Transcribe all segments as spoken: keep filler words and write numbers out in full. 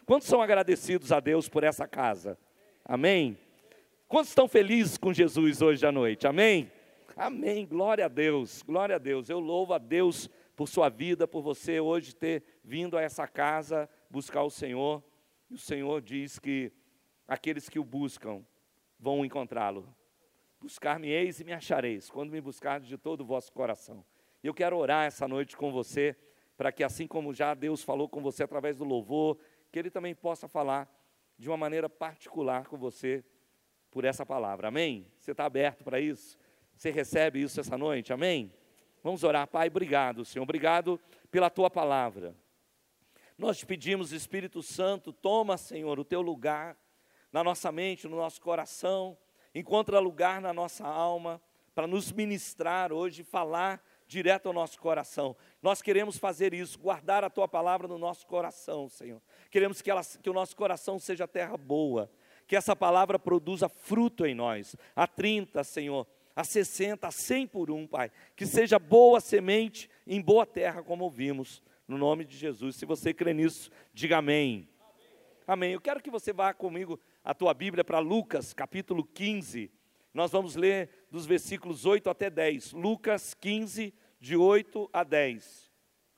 Quantos são agradecidos a Deus por essa casa? Amém? Quantos estão felizes com Jesus hoje à noite? Amém? Amém, glória a Deus, glória a Deus. Eu louvo a Deus por sua vida, por você hoje ter vindo a essa casa buscar o Senhor. E o Senhor diz que aqueles que o buscam vão encontrá-lo. Buscar-me-eis e me achareis, quando me buscardes de todo o vosso coração. E eu quero orar essa noite com você, para que assim como já Deus falou com você através do louvor, que Ele também possa falar de uma maneira particular com você, por essa palavra, amém? Você está aberto para isso? Você recebe isso essa noite, amém? Vamos orar. Pai, obrigado, Senhor, obrigado pela Tua palavra. Nós te pedimos, Espírito Santo, toma, Senhor, o Teu lugar na nossa mente, no nosso coração, encontra lugar na nossa alma, para nos ministrar hoje, falar direto ao nosso coração. Nós queremos fazer isso, guardar a Tua palavra no nosso coração, Senhor. Queremos que, ela, que o nosso coração seja terra boa, que essa palavra produza fruto em nós, a trinta, Senhor, a sessenta, a cem por um, Pai. Que seja boa semente em boa terra, como ouvimos, no nome de Jesus. Se você crê nisso, diga amém. Amém. Amém. Eu quero que você vá comigo a tua Bíblia para Lucas, capítulo quinze. Nós vamos ler dos versículos oito até dez. Lucas quinze, de oito a dez.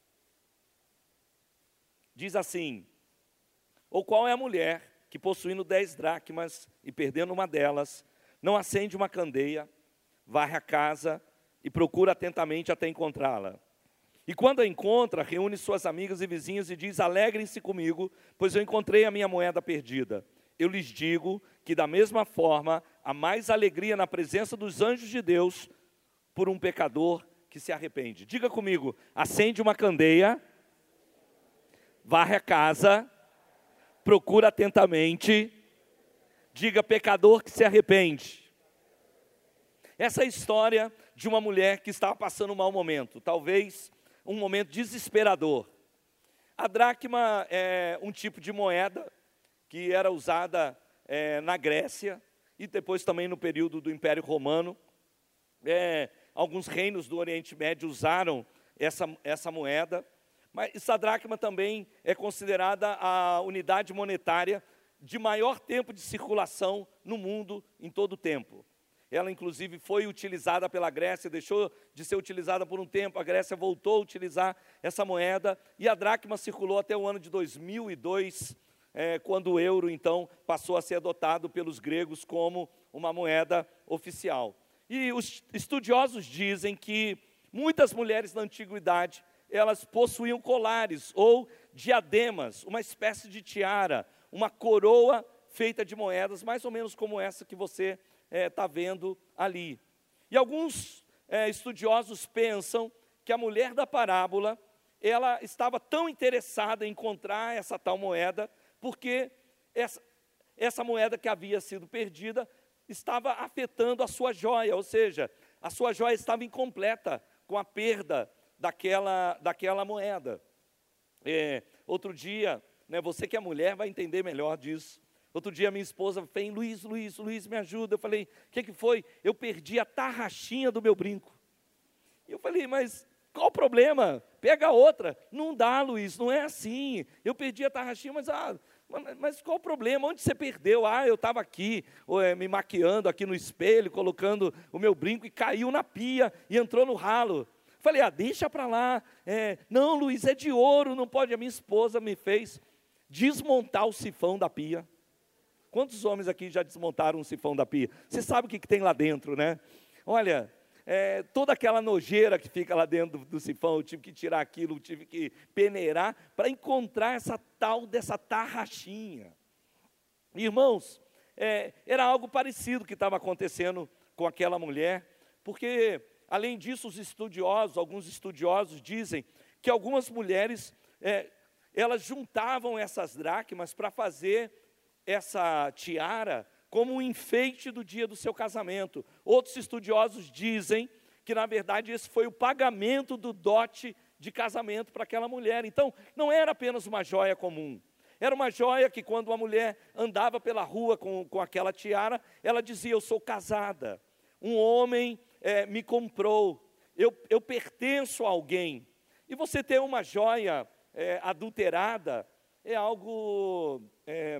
Diz assim: ou qual é a mulher que, possuindo dez dracmas e perdendo uma delas, não acende uma candeia, varre a casa e procura atentamente até encontrá-la? E quando a encontra, reúne suas amigas e vizinhas e diz: alegrem-se comigo, pois eu encontrei a minha moeda perdida. Eu lhes digo que da mesma forma, há mais alegria na presença dos anjos de Deus por um pecador que se arrepende. Diga comigo: acende uma candeia, varre a casa, procura atentamente, diga pecador que se arrepende. Essa é a história de uma mulher que estava passando um mau momento, talvez um momento desesperador. A dracma é um tipo de moeda que era usada é, na Grécia e depois também no período do Império Romano. É, alguns reinos do Oriente Médio usaram essa, essa moeda, mas essa dracma também é considerada a unidade monetária de maior tempo de circulação no mundo em todo o tempo. Ela, inclusive, foi utilizada pela Grécia, deixou de ser utilizada por um tempo, a Grécia voltou a utilizar essa moeda, e a dracma circulou até o ano de dois mil e dois, é, quando o euro, então, passou a ser adotado pelos gregos como uma moeda oficial. E os estudiosos dizem que muitas mulheres na antiguidade, elas possuíam colares ou diademas, uma espécie de tiara, uma coroa feita de moedas, mais ou menos como essa que você está é, vendo ali. E alguns é, estudiosos pensam que a mulher da parábola, ela estava tão interessada em encontrar essa tal moeda, porque essa, essa moeda que havia sido perdida estava afetando a sua joia, ou seja, a sua joia estava incompleta com a perda daquela, daquela moeda. É, outro dia, né, você que é mulher vai entender melhor disso. Outro dia minha esposa fez: Luiz, Luiz, Luiz, me ajuda. Eu falei: o que, que foi? Eu perdi a tarraxinha do meu brinco. E eu falei: mas qual o problema? Pega outra. Não dá, Luiz, não é assim. Eu perdi a tarraxinha, mas, ah, mas qual o problema? Onde você perdeu? Ah, eu estava aqui, ou, é, me maquiando aqui no espelho, colocando o meu brinco e caiu na pia e entrou no ralo. Falei: ah, deixa para lá. É, não, Luiz, é de ouro, não pode. A minha esposa me fez desmontar o sifão da pia. Quantos homens aqui já desmontaram um sifão da pia? Você sabe o que, que tem lá dentro, né? Olha, é, toda aquela nojeira que fica lá dentro do, do sifão, eu tive que tirar aquilo, eu tive que peneirar para encontrar essa tal dessa tarraxinha. Irmãos, é, era algo parecido que estava acontecendo com aquela mulher, porque, além disso, os estudiosos, alguns estudiosos dizem que algumas mulheres, é, elas juntavam essas dracmas para fazer essa tiara como um enfeite do dia do seu casamento. Outros estudiosos dizem que, na verdade, esse foi o pagamento do dote de casamento para aquela mulher. Então, não era apenas uma joia comum. Era uma joia que, quando uma mulher andava pela rua com, com aquela tiara, ela dizia: eu sou casada, um homem é, me comprou, eu, eu pertenço a alguém. E você ter uma joia é, adulterada, é algo, é,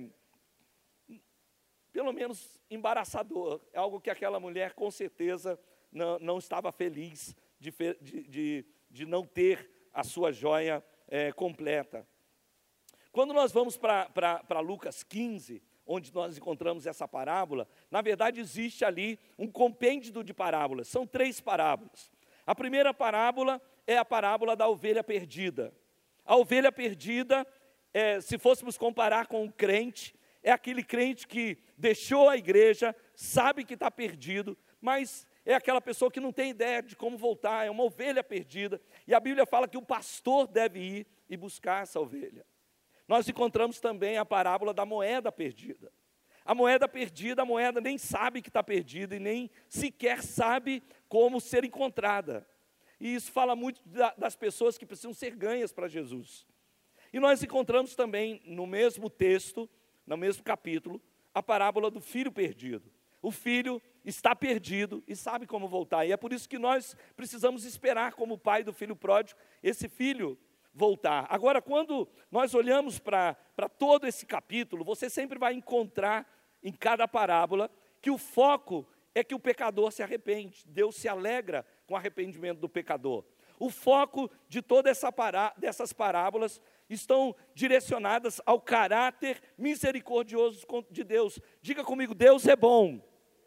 pelo menos, embaraçador. É algo que aquela mulher, com certeza, não, não estava feliz de, de, de, de não ter a sua joia é, completa. Quando nós vamos para Lucas quinze, onde nós encontramos essa parábola, na verdade existe ali um compêndio de parábolas, são três parábolas. A primeira parábola é a parábola da ovelha perdida. A ovelha perdida, é, se fôssemos comparar com um crente, é aquele crente que deixou a igreja, sabe que está perdido, mas é aquela pessoa que não tem ideia de como voltar, é uma ovelha perdida, e a Bíblia fala que o pastor deve ir e buscar essa ovelha. Nós encontramos também a parábola da moeda perdida. A moeda perdida, a moeda nem sabe que está perdida e nem sequer sabe como ser encontrada. E isso fala muito da, das pessoas que precisam ser ganhas para Jesus. E nós encontramos também no mesmo texto, no mesmo capítulo, a parábola do filho perdido. O filho está perdido e sabe como voltar. E é por isso que nós precisamos esperar, como o pai do filho pródigo, esse filho voltar. Agora, quando nós olhamos para todo esse capítulo, você sempre vai encontrar em cada parábola que o foco é que o pecador se arrepende. Deus se alegra com o arrependimento do pecador. O foco de todas essa pará, dessas parábolas estão direcionadas ao caráter misericordioso de Deus. Diga comigo, Deus é bom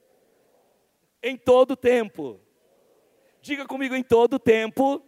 em todo tempo. Diga comigo, em todo tempo,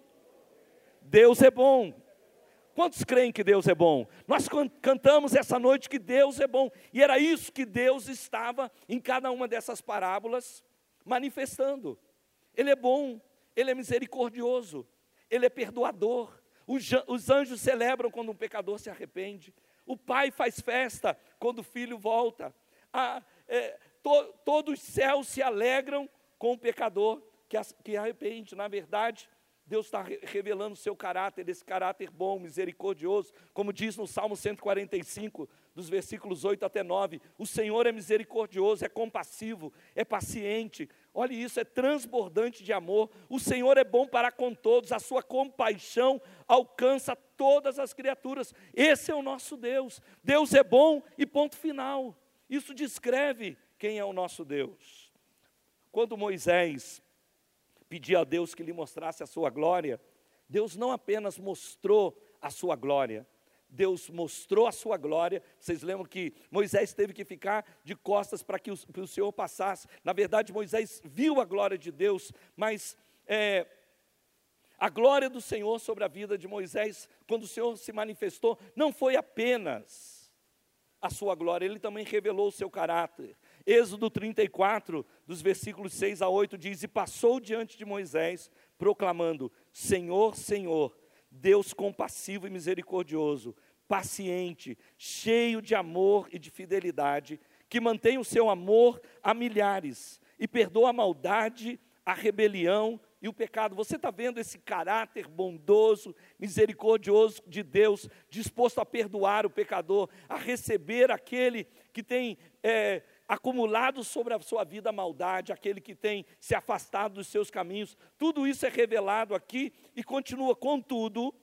Deus é bom. Quantos creem que Deus é bom? Nós cantamos essa noite que Deus é bom. E era isso que Deus estava em cada uma dessas parábolas manifestando. Ele é bom, Ele é misericordioso, Ele é perdoador. Os anjos celebram quando um pecador se arrepende. O pai faz festa quando o filho volta. A, é, to, todos os céus se alegram com o pecador que, que arrepende. Na verdade, Deus está revelando o seu caráter, esse caráter bom, misericordioso, como diz no Salmo cento e quarenta e cinco, dos versículos oito até nove, o Senhor é misericordioso, é compassivo, é paciente, olha isso, é transbordante de amor, o Senhor é bom para com todos, a sua compaixão alcança todas as criaturas, esse é o nosso Deus, Deus é bom e ponto final, isso descreve quem é o nosso Deus. Quando Moisés pedia a Deus que lhe mostrasse a sua glória, Deus não apenas mostrou a sua glória, Deus mostrou a sua glória. Vocês lembram que Moisés teve que ficar de costas para que o, para o Senhor passasse. Na verdade, Moisés viu a glória de Deus, mas é, a glória do Senhor sobre a vida de Moisés, quando o Senhor se manifestou, não foi apenas a sua glória, Ele também revelou o seu caráter. Êxodo trinta e quatro, dos versículos seis a oito, diz: e passou diante de Moisés, proclamando: Senhor, Senhor, Deus compassivo e misericordioso, paciente, cheio de amor e de fidelidade, que mantém o seu amor a milhares, e perdoa a maldade, a rebelião e o pecado. Você está vendo esse caráter bondoso, misericordioso de Deus, disposto a perdoar o pecador, a receber aquele que tem é, acumulado sobre a sua vida a maldade, aquele que tem se afastado dos seus caminhos. Tudo isso é revelado aqui e continua. Contudo,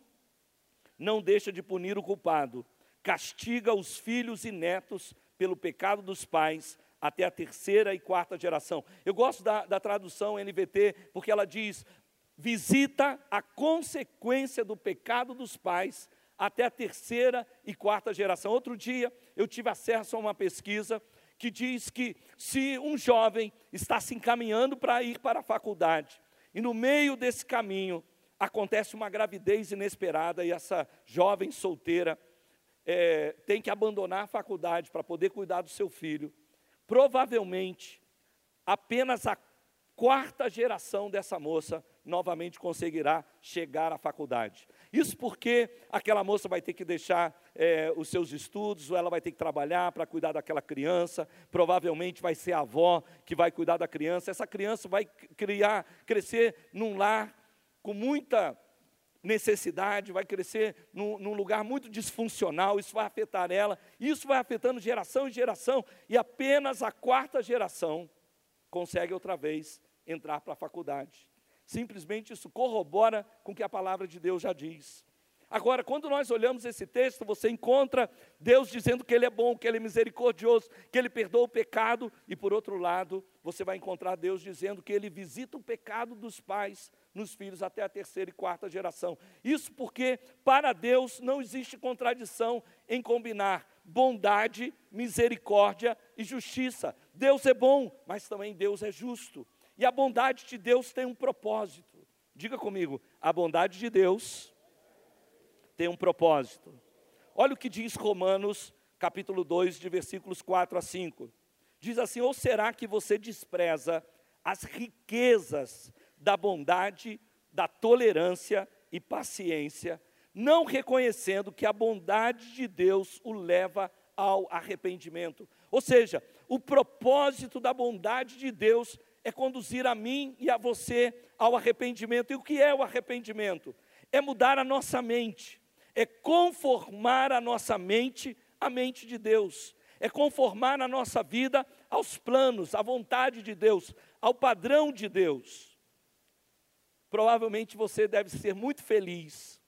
não deixa de punir o culpado, castiga os filhos e netos pelo pecado dos pais, até a terceira e quarta geração. Eu gosto da, da tradução N V T, porque ela diz: visita a consequência do pecado dos pais até a terceira e quarta geração. Outro dia, eu tive acesso a uma pesquisa que diz que se um jovem está se encaminhando para ir para a faculdade, e no meio desse caminho acontece uma gravidez inesperada, e essa jovem solteira é, tem que abandonar a faculdade para poder cuidar do seu filho, provavelmente, apenas a quarta geração dessa moça novamente conseguirá chegar à faculdade. Isso porque aquela moça vai ter que deixar é, os seus estudos, ou ela vai ter que trabalhar para cuidar daquela criança, provavelmente vai ser a avó que vai cuidar da criança. Essa criança vai criar, crescer num lar com muita necessidade, vai crescer num, num lugar muito disfuncional, isso vai afetar ela, isso vai afetando geração em geração, e apenas a quarta geração consegue outra vez entrar para a faculdade. Simplesmente isso corrobora com o que a palavra de Deus já diz. Agora, quando nós olhamos esse texto, você encontra Deus dizendo que Ele é bom, que Ele é misericordioso, que Ele perdoa o pecado, e por outro lado, você vai encontrar Deus dizendo que Ele visita o pecado dos pais nos filhos até a terceira e quarta geração. Isso porque, para Deus, não existe contradição em combinar bondade, misericórdia e justiça. Deus é bom, mas também Deus é justo. E a bondade de Deus tem um propósito. Diga comigo, a bondade de Deus tem um propósito. Olha o que diz Romanos, capítulo dois, de versículos quatro a cinco. Diz assim: ou será que você despreza as riquezas da bondade, da tolerância e paciência, não reconhecendo que a bondade de Deus o leva ao arrependimento? Ou seja, o propósito da bondade de Deus é conduzir a mim e a você ao arrependimento. E o que é o arrependimento? É mudar a nossa mente, é conformar a nossa mente à mente de Deus, é conformar a nossa vida aos planos, à vontade de Deus, ao padrão de Deus. Provavelmente você deve ser muito feliz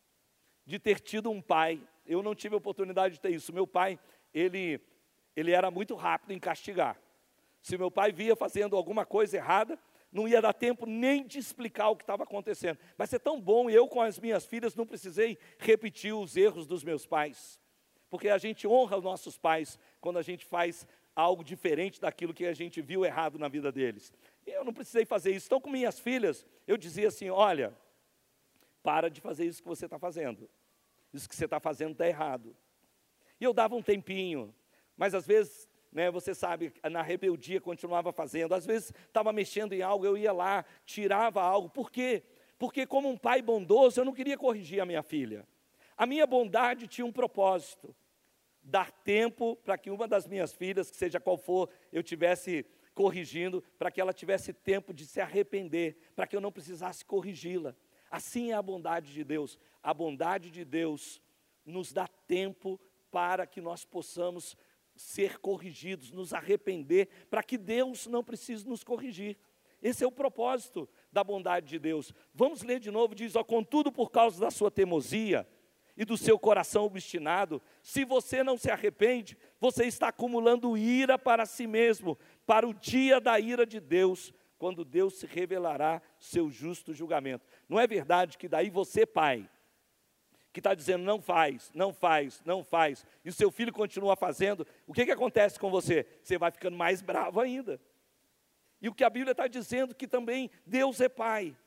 de ter tido um pai. Eu não tive a oportunidade de ter isso. Meu pai, ele, ele era muito rápido em castigar. Se meu pai via fazendo alguma coisa errada, não ia dar tempo nem de explicar o que estava acontecendo. Mas é tão bom, eu com as minhas filhas não precisei repetir os erros dos meus pais. Porque a gente honra os nossos pais quando a gente faz algo diferente daquilo que a gente viu errado na vida deles. E eu não precisei fazer isso. Então, com minhas filhas, eu dizia assim: olha, para de fazer isso que você está fazendo. Isso que você está fazendo está errado. E eu dava um tempinho, mas às vezes, né, você sabe, na rebeldia continuava fazendo. Às vezes estava mexendo em algo, eu ia lá, tirava algo. Por quê? Porque como um pai bondoso, eu não queria corrigir a minha filha. A minha bondade tinha um propósito: dar tempo para que uma das minhas filhas, que seja qual for, eu tivesse corrigindo, para que ela tivesse tempo de se arrepender, para que eu não precisasse corrigi-la. Assim é a bondade de Deus. A bondade de Deus nos dá tempo para que nós possamos ser corrigidos, nos arrepender, para que Deus não precise nos corrigir. Esse é o propósito da bondade de Deus. Vamos ler de novo, diz: ó, contudo, por causa da sua teimosia e do seu coração obstinado, se você não se arrepende, você está acumulando ira para si mesmo, para o dia da ira de Deus, quando Deus se revelará seu justo julgamento. Não é verdade que daí você, pai, que está dizendo não faz, não faz, não faz, e o seu filho continua fazendo, o que, que acontece com você? Você vai ficando mais bravo ainda. E o que a Bíblia está dizendo, que também Deus é pai.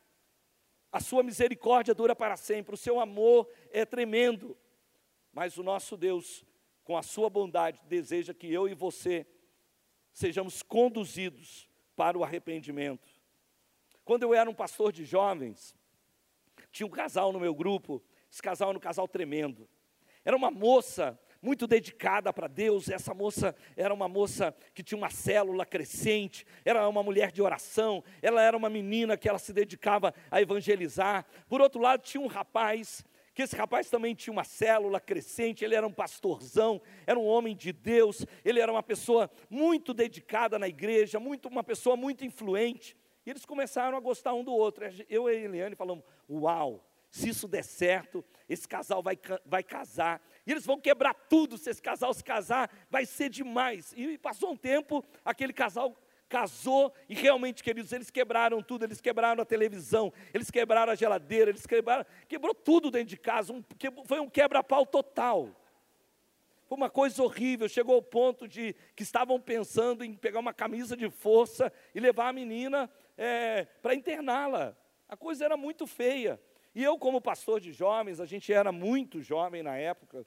A sua misericórdia dura para sempre, o seu amor é tremendo. Mas o nosso Deus, com a sua bondade, deseja que eu e você sejamos conduzidos para o arrependimento. Quando eu era um pastor de jovens, tinha um casal no meu grupo. Esse casal era um casal tremendo. Era uma moça muito dedicada para Deus. Essa moça era uma moça que tinha uma célula crescente, era uma mulher de oração, ela era uma menina que ela se dedicava a evangelizar. Por outro lado, tinha um rapaz, que esse rapaz também tinha uma célula crescente, ele era um pastorzão, era um homem de Deus, ele era uma pessoa muito dedicada na igreja, muito, uma pessoa muito influente. E eles começaram a gostar um do outro. Eu e a Eliane falamos: uau, se isso der certo, esse casal vai, vai casar. E eles vão quebrar tudo, se esse casal se casar, vai ser demais. E passou um tempo, aquele casal casou, e realmente, queridos, eles quebraram tudo. Eles quebraram a televisão, eles quebraram a geladeira, eles quebraram, quebrou tudo dentro de casa. Um, que, foi um quebra-pau total. Foi uma coisa horrível. Chegou ao ponto de que estavam pensando em pegar uma camisa de força e levar a menina é, para interná-la. A coisa era muito feia. E eu, como pastor de jovens, a gente era muito jovem na época,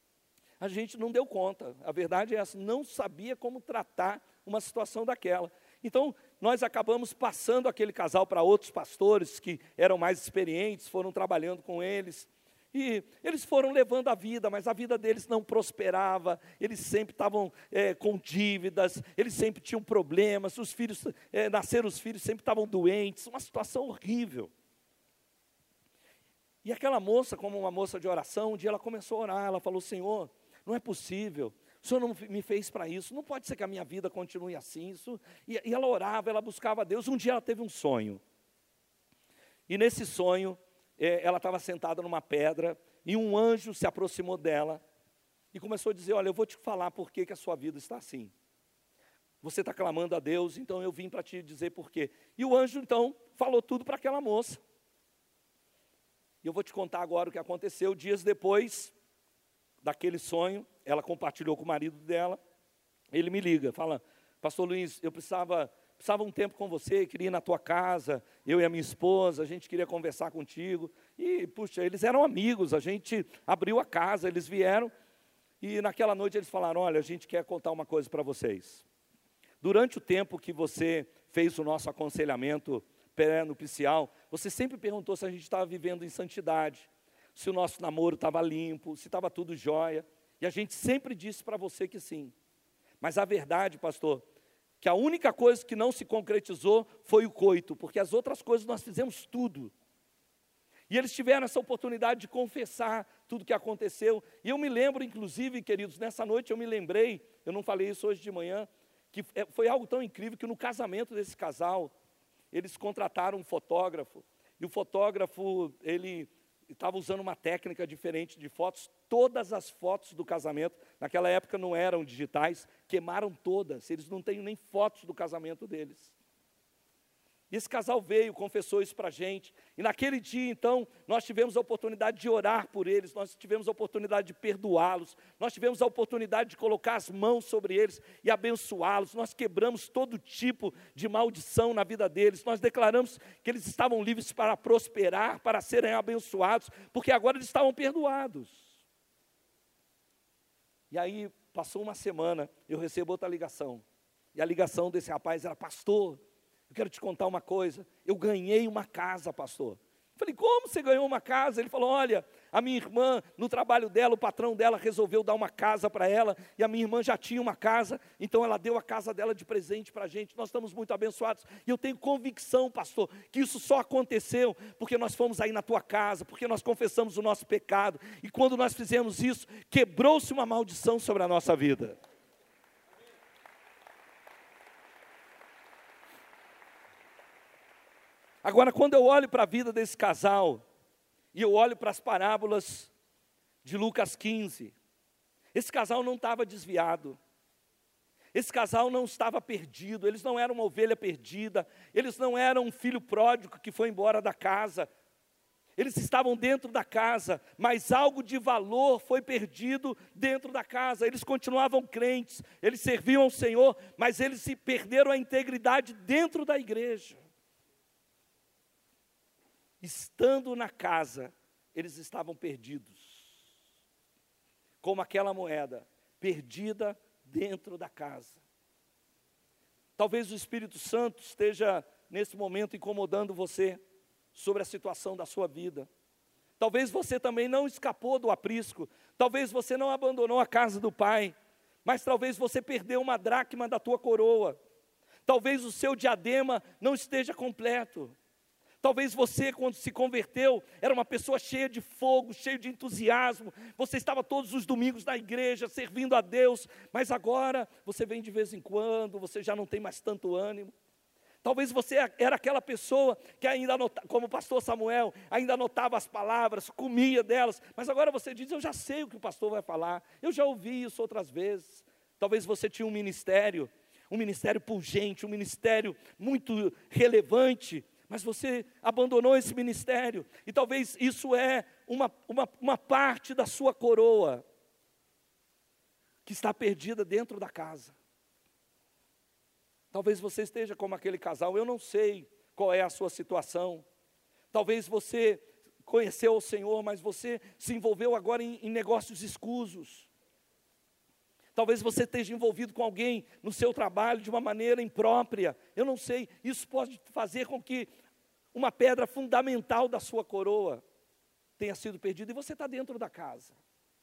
a gente não deu conta. A verdade é essa, não sabia como tratar uma situação daquela. Então, nós acabamos passando aquele casal para outros pastores que eram mais experientes, foram trabalhando com eles. E eles foram levando a vida, mas a vida deles não prosperava, eles sempre estavam é, com dívidas, eles sempre tinham problemas, os filhos, é, nasceram os filhos, sempre estavam doentes, uma situação horrível. E aquela moça, como uma moça de oração, um dia ela começou a orar, ela falou: Senhor, não é possível, o Senhor não me fez para isso, não pode ser que a minha vida continue assim. Isso. E, e ela orava, ela buscava a Deus. Um dia ela teve um sonho, e nesse sonho, é, ela estava sentada numa pedra, e um anjo se aproximou dela e começou a dizer, olha, eu vou te falar por que que a sua vida está assim. Você está clamando a Deus, então eu vim para te dizer por quê. E o anjo, então, falou tudo para aquela moça. E eu vou te contar agora o que aconteceu. Dias depois daquele sonho, ela compartilhou com o marido dela. Ele me liga, fala, pastor Luiz, eu precisava, precisava um tempo com você, queria ir na tua casa, eu e a minha esposa, a gente queria conversar contigo. E, puxa, eles eram amigos, a gente abriu a casa, eles vieram. E naquela noite eles falaram, olha, a gente quer contar uma coisa para vocês. Durante o tempo que você fez o nosso aconselhamento pré-nupcial, você sempre perguntou se a gente estava vivendo em santidade, se o nosso namoro estava limpo, se estava tudo jóia, e a gente sempre disse para você que sim. Mas a verdade, pastor, que a única coisa que não se concretizou foi o coito, porque as outras coisas nós fizemos tudo. E eles tiveram essa oportunidade de confessar tudo o que aconteceu, e eu me lembro, inclusive, queridos, nessa noite eu me lembrei, eu não falei isso hoje de manhã, que foi algo tão incrível que no casamento desse casal, eles contrataram um fotógrafo, e o fotógrafo, ele estava usando uma técnica diferente de fotos, todas as fotos do casamento, naquela época não eram digitais, queimaram todas, eles não têm nem fotos do casamento deles. E esse casal veio, confessou isso para a gente, e naquele dia, então, nós tivemos a oportunidade de orar por eles, nós tivemos a oportunidade de perdoá-los, nós tivemos a oportunidade de colocar as mãos sobre eles e abençoá-los, nós quebramos todo tipo de maldição na vida deles, nós declaramos que eles estavam livres para prosperar, para serem abençoados, porque agora eles estavam perdoados. E aí, passou uma semana, eu recebo outra ligação, e a ligação desse rapaz era, pastor, eu quero te contar uma coisa, eu ganhei uma casa, pastor. Eu falei, como você ganhou uma casa? Ele falou, olha, a minha irmã, no trabalho dela, o patrão dela resolveu dar uma casa para ela, e a minha irmã já tinha uma casa, então ela deu a casa dela de presente para a gente, nós estamos muito abençoados, e eu tenho convicção, pastor, que isso só aconteceu porque nós fomos aí na tua casa, porque nós confessamos o nosso pecado, e quando nós fizemos isso, quebrou-se uma maldição sobre a nossa vida. Agora, quando eu olho para a vida desse casal, e eu olho para as parábolas de Lucas quinze, esse casal não estava desviado, esse casal não estava perdido, eles não eram uma ovelha perdida, eles não eram um filho pródigo que foi embora da casa, eles estavam dentro da casa, mas algo de valor foi perdido dentro da casa, eles continuavam crentes, eles serviam ao Senhor, mas eles se perderam a integridade dentro da igreja. Estando na casa, eles estavam perdidos, como aquela moeda, perdida dentro da casa. Talvez o Espírito Santo esteja, nesse momento, incomodando você, sobre a situação da sua vida. Talvez você também não escapou do aprisco, talvez você não abandonou a casa do Pai, mas talvez você perdeu uma dracma da tua coroa, talvez o seu diadema não esteja completo. Talvez você, quando se converteu, era uma pessoa cheia de fogo, cheio de entusiasmo. Você estava todos os domingos na igreja, servindo a Deus. Mas agora, você vem de vez em quando, você já não tem mais tanto ânimo. Talvez você era aquela pessoa que ainda, anotava, como o pastor Samuel, ainda anotava as palavras, comia delas. Mas agora você diz, eu já sei o que o pastor vai falar. Eu já ouvi isso outras vezes. Talvez você tinha um ministério, um ministério pungente, um ministério muito relevante, mas você abandonou esse ministério, e talvez isso é uma, uma, uma parte da sua coroa, que está perdida dentro da casa. Talvez você esteja como aquele casal, eu não sei qual é a sua situação, talvez você conheceu o Senhor, mas você se envolveu agora em, em negócios escusos, talvez você esteja envolvido com alguém no seu trabalho de uma maneira imprópria, eu não sei, isso pode fazer com que uma pedra fundamental da sua coroa tenha sido perdida, e você está dentro da casa.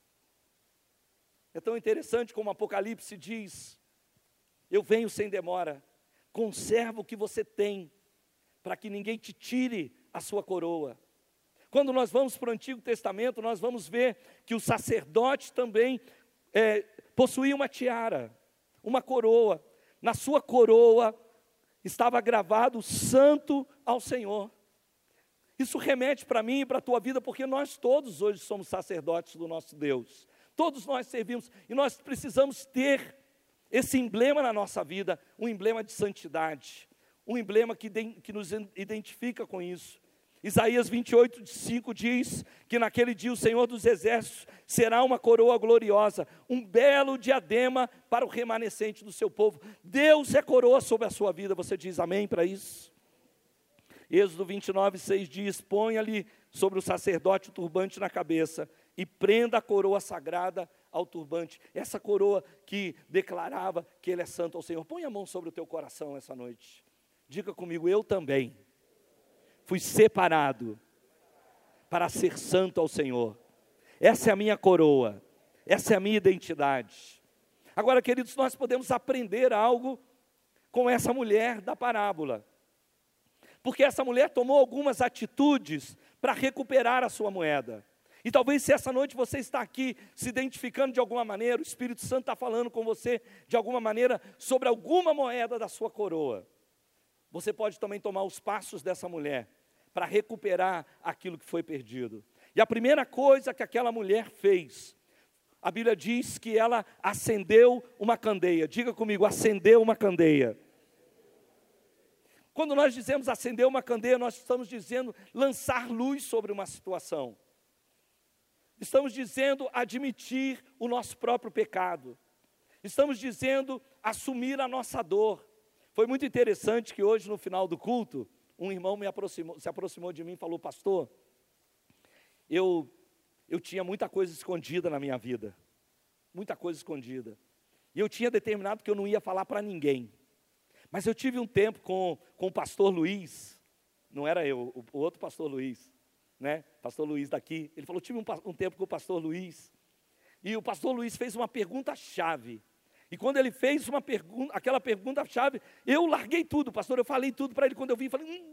É tão interessante como o Apocalipse diz, eu venho sem demora, conserva o que você tem, para que ninguém te tire a sua coroa. Quando nós vamos para o Antigo Testamento, nós vamos ver que o sacerdote também é, possuía uma tiara, uma coroa. Na sua coroa estava gravado santo ao Senhor. Isso remete para mim e para a tua vida, porque nós todos hoje somos sacerdotes do nosso Deus. Todos nós servimos e nós precisamos ter esse emblema na nossa vida, um emblema de santidade, um emblema que, de, que nos identifica com isso. Isaías vinte e oito, cinco diz que naquele dia o Senhor dos Exércitos será uma coroa gloriosa, um belo diadema para o remanescente do seu povo. Deus é coroa sobre a sua vida, você diz amém para isso? Êxodo vinte e nove, seis diz, ponha-lhe sobre o sacerdote o turbante na cabeça e prenda a coroa sagrada ao turbante. Essa coroa que declarava que ele é santo ao Senhor. Põe a mão sobre o teu coração essa noite. Diga comigo, eu também fui separado para ser santo ao Senhor. Essa é a minha coroa, essa é a minha identidade. Agora, queridos, nós podemos aprender algo com essa mulher da parábola. Porque essa mulher tomou algumas atitudes para recuperar a sua moeda. E talvez se essa noite você está aqui se identificando de alguma maneira, o Espírito Santo está falando com você de alguma maneira sobre alguma moeda da sua coroa. Você pode também tomar os passos dessa mulher para recuperar aquilo que foi perdido. E a primeira coisa que aquela mulher fez, a Bíblia diz que ela acendeu uma candeia. Diga comigo, acendeu uma candeia. Quando nós dizemos acender uma candeia, nós estamos dizendo lançar luz sobre uma situação. Estamos dizendo admitir o nosso próprio pecado. Estamos dizendo assumir a nossa dor. Foi muito interessante que hoje, no final do culto, um irmão me aproximou, se aproximou de mim e falou, pastor, eu, eu tinha muita coisa escondida na minha vida. Muita coisa escondida. E eu tinha determinado que eu não ia falar para ninguém. Mas eu tive um tempo com, com o pastor Luiz, não era eu, o, o outro pastor Luiz, né? Pastor Luiz daqui, ele falou, tive um, um tempo com o pastor Luiz, e o pastor Luiz fez uma pergunta-chave, e quando ele fez uma pergunta, aquela pergunta-chave, eu larguei tudo, pastor, eu falei tudo para ele, quando eu vi, falei, hum,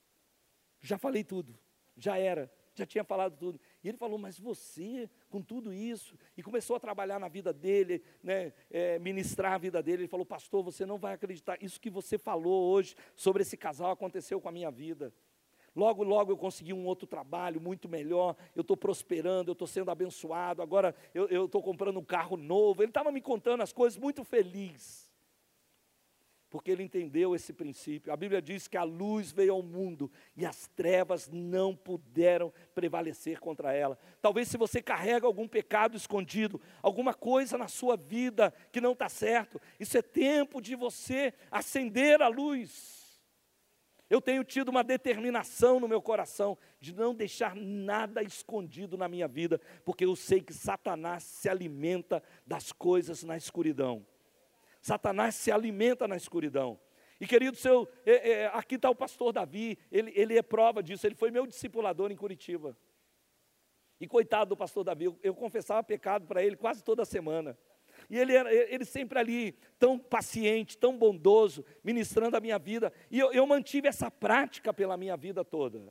já falei tudo, já era, já tinha falado tudo. E ele falou, mas você, com tudo isso, e começou a trabalhar na vida dele, né, é, ministrar a vida dele. Ele falou, pastor, você não vai acreditar, isso que você falou hoje sobre esse casal aconteceu com a minha vida. Logo, logo eu consegui um outro trabalho muito melhor, eu estou prosperando, eu estou sendo abençoado, agora eu estou comprando um carro novo. Ele estava me contando as coisas muito feliz. Porque ele entendeu esse princípio. A Bíblia diz que a luz veio ao mundo e as trevas não puderam prevalecer contra ela. Talvez se você carrega algum pecado escondido, alguma coisa na sua vida que não está certo, isso é tempo de você acender a luz. Eu tenho tido uma determinação no meu coração de não deixar nada escondido na minha vida, porque eu sei que Satanás se alimenta das coisas na escuridão. Satanás se alimenta na escuridão. E querido seu, é, é, aqui está o pastor Davi, ele, ele é prova disso, ele foi meu discipulador em Curitiba. E coitado do pastor Davi, eu, eu confessava pecado para ele quase toda semana. E ele, era, ele sempre ali, tão paciente, tão bondoso, ministrando a minha vida. E eu, eu mantive essa prática pela minha vida toda.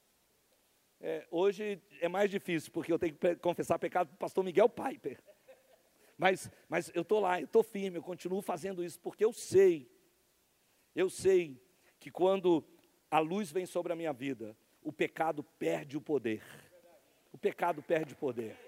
É, hoje é mais difícil, porque eu tenho que confessar pecado para o pastor Miguel Piper. Mas, mas eu estou lá, eu estou firme, eu continuo fazendo isso, porque eu sei, eu sei que quando a luz vem sobre a minha vida, o pecado perde o poder. O pecado perde o poder.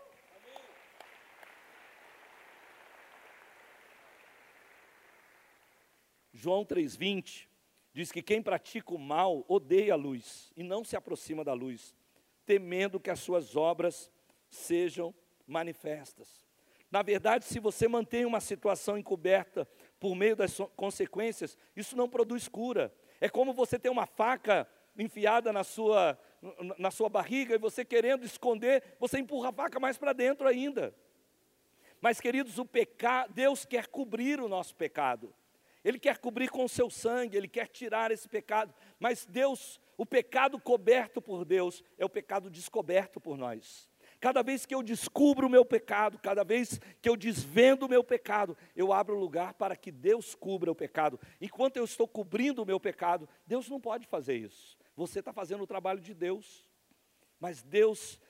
João três, vinte diz que quem pratica o mal odeia a luz e não se aproxima da luz, temendo que as suas obras sejam manifestas. Na verdade, se você mantém uma situação encoberta por meio das consequências, isso não produz cura. É como você ter uma faca enfiada na sua, na sua barriga e você querendo esconder, você empurra a faca mais para dentro ainda. Mas, queridos, o pecado, Deus quer cobrir o nosso pecado. Ele quer cobrir com o seu sangue, Ele quer tirar esse pecado. Mas Deus, o pecado coberto por Deus, é o pecado descoberto por nós. Cada vez que eu descubro o meu pecado, cada vez que eu desvendo o meu pecado, eu abro lugar para que Deus cubra o pecado. Enquanto eu estou cobrindo o meu pecado, Deus não pode fazer isso. Você está fazendo o trabalho de Deus. Mas Deus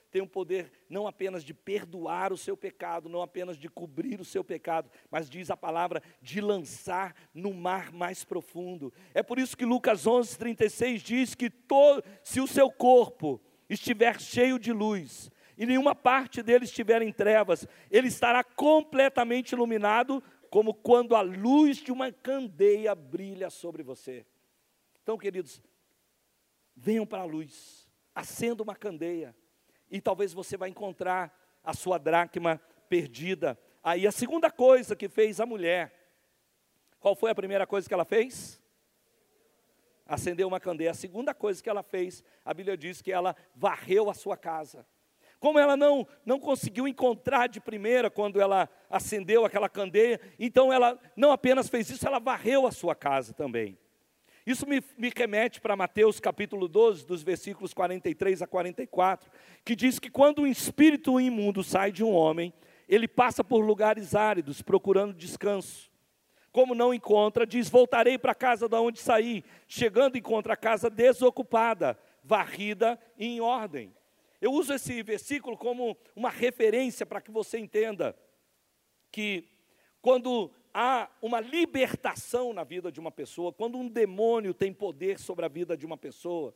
tem o poder não apenas de perdoar o seu pecado, não apenas de cobrir o seu pecado, mas diz a palavra de lançar no mar mais profundo. É por isso que Lucas onze, trinta e seis diz que todo, se o seu corpo estiver cheio de luz, e nenhuma parte dele estiver em trevas, ele estará completamente iluminado, como quando a luz de uma candeia brilha sobre você. Então, queridos, venham para a luz, acenda uma candeia, e talvez você vai encontrar a sua dracma perdida. Aí a segunda coisa que fez a mulher, qual foi a primeira coisa que ela fez? Acendeu uma candeia. A segunda coisa que ela fez, a Bíblia diz que ela varreu a sua casa. Como ela não, não conseguiu encontrar de primeira quando ela acendeu aquela candeia, então ela não apenas fez isso, ela varreu a sua casa também. Isso me, me remete para Mateus capítulo doze, dos versículos quarenta e três a quarenta e quatro, que diz que quando um espírito imundo sai de um homem, ele passa por lugares áridos, procurando descanso. Como não encontra, diz, voltarei para a casa da onde saí. Chegando, encontra a casa desocupada, varrida e em ordem. Eu uso esse versículo como uma referência para que você entenda que quando há uma libertação na vida de uma pessoa, quando um demônio tem poder sobre a vida de uma pessoa,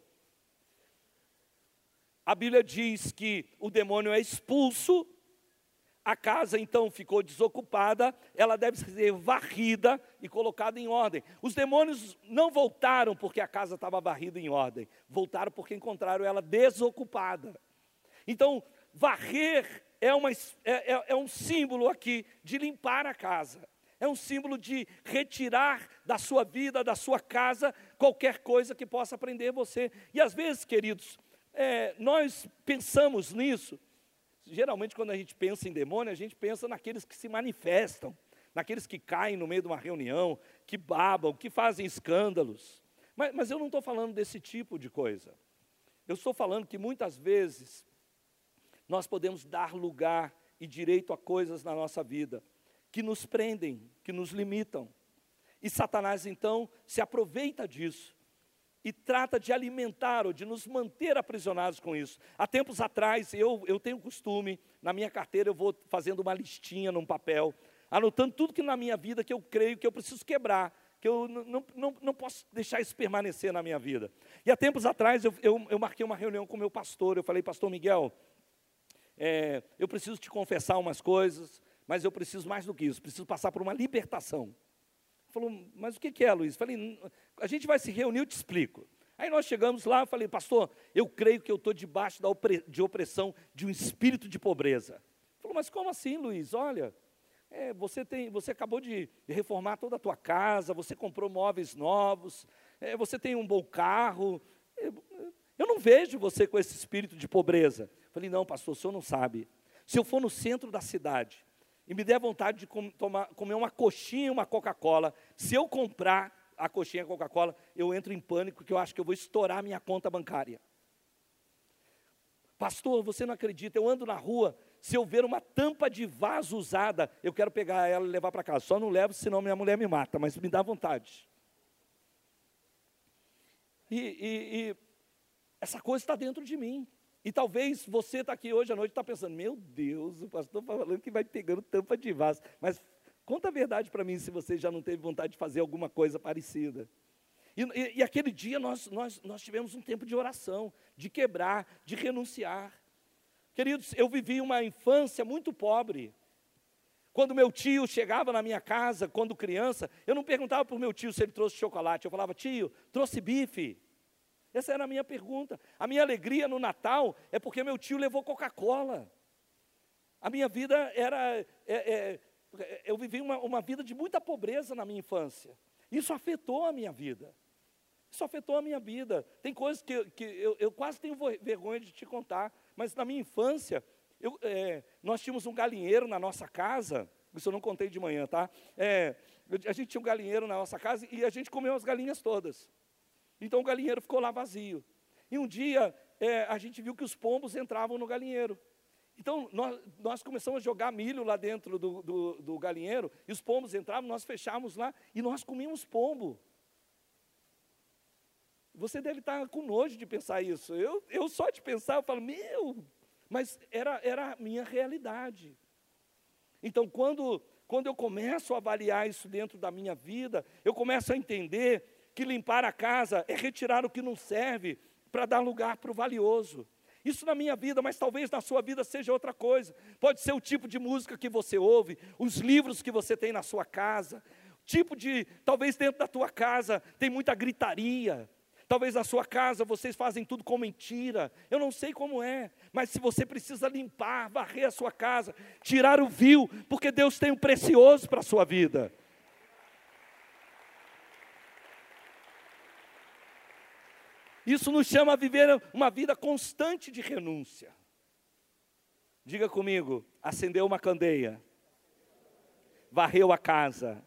a Bíblia diz que o demônio é expulso, a casa então ficou desocupada, ela deve ser varrida e colocada em ordem. Os demônios não voltaram porque a casa estava varrida em ordem, voltaram porque encontraram ela desocupada. Então, varrer é, uma, é, é, é um símbolo aqui de limpar a casa. É um símbolo de retirar da sua vida, da sua casa, qualquer coisa que possa prender você. E às vezes, queridos, é, nós pensamos nisso. Geralmente, quando a gente pensa em demônio, a gente pensa naqueles que se manifestam, naqueles que caem no meio de uma reunião, que babam, que fazem escândalos. Mas, mas eu não estou falando desse tipo de coisa. Eu estou falando que muitas vezes nós podemos dar lugar e direito a coisas na nossa vida que nos prendem, que nos limitam. E Satanás, então, se aproveita disso e trata de alimentar ou de nos manter aprisionados com isso. Há tempos atrás, eu, eu tenho costume, na minha carteira eu vou fazendo uma listinha num papel, anotando tudo que na minha vida que eu creio que eu preciso quebrar, que eu não, não, não posso deixar isso permanecer na minha vida. E há tempos atrás, eu, eu, eu marquei uma reunião com o meu pastor, eu falei, pastor Miguel, é, eu preciso te confessar umas coisas, mas eu preciso mais do que isso, preciso passar por uma libertação. Ele falou, mas o que é, Luiz? Eu falei, a gente vai se reunir, eu te explico. Aí nós chegamos lá, eu falei, pastor, eu creio que eu estou debaixo da opre de opressão de um espírito de pobreza. Ele falou, mas como assim, Luiz? Olha, é, você, tem, você acabou de reformar toda a tua casa, você comprou móveis novos, é, você tem um bom carro, eu, eu não vejo você com esse espírito de pobreza. Eu falei, não, pastor, o senhor não sabe. Se eu for no centro da cidade e me der vontade de com, tomar, comer uma coxinha e uma Coca-Cola, se eu comprar a coxinha e a Coca-Cola, eu entro em pânico, porque eu acho que eu vou estourar a minha conta bancária. Pastor, você não acredita, eu ando na rua, se eu ver uma tampa de vaso usada, eu quero pegar ela e levar para casa. Só não levo, senão minha mulher me mata, mas me dá vontade. E, e, e essa coisa está dentro de mim. E talvez você está aqui hoje à noite e está pensando, meu Deus, o pastor está falando que vai pegando tampa de vaso. Mas conta a verdade para mim se você já não teve vontade de fazer alguma coisa parecida. E, e, e aquele dia nós, nós, nós tivemos um tempo de oração, de quebrar, de renunciar. Queridos, eu vivi uma infância muito pobre. Quando meu tio chegava na minha casa, quando criança, eu não perguntava para o meu tio se ele trouxe chocolate. Eu falava, tio, trouxe bife? Essa era a minha pergunta. A minha alegria no Natal é porque meu tio levou Coca-Cola. A minha vida era... É, é, eu vivi uma, uma vida de muita pobreza na minha infância. Isso afetou a minha vida. Isso afetou a minha vida. Tem coisas que, que eu, eu quase tenho vergonha de te contar, mas na minha infância, eu, é, nós tínhamos um galinheiro na nossa casa, isso eu não contei de manhã, tá? É, a gente tinha um galinheiro na nossa casa e a gente comeu as galinhas todas. Então o galinheiro ficou lá vazio. E um dia é, a gente viu que os pombos entravam no galinheiro. Então nós, nós começamos a jogar milho lá dentro do, do, do galinheiro, e os pombos entravam, nós fechávamos lá e nós comíamos pombo. Você deve estar com nojo de pensar isso. Eu, eu só de pensar, eu falo, meu, mas era, era a minha realidade. Então, quando, quando eu começo a avaliar isso dentro da minha vida, eu começo a entender que limpar a casa é retirar o que não serve para dar lugar para o valioso. Isso na minha vida, mas talvez na sua vida seja outra coisa. Pode ser o tipo de música que você ouve, os livros que você tem na sua casa, tipo de, talvez dentro da tua casa tem muita gritaria, talvez na sua casa vocês fazem tudo com mentira, eu não sei como é, mas se você precisa limpar, varrer a sua casa, tirar o vil, porque Deus tem um precioso para a sua vida. Isso nos chama a viver uma vida constante de renúncia. Diga comigo, acendeu uma candeia, varreu a casa.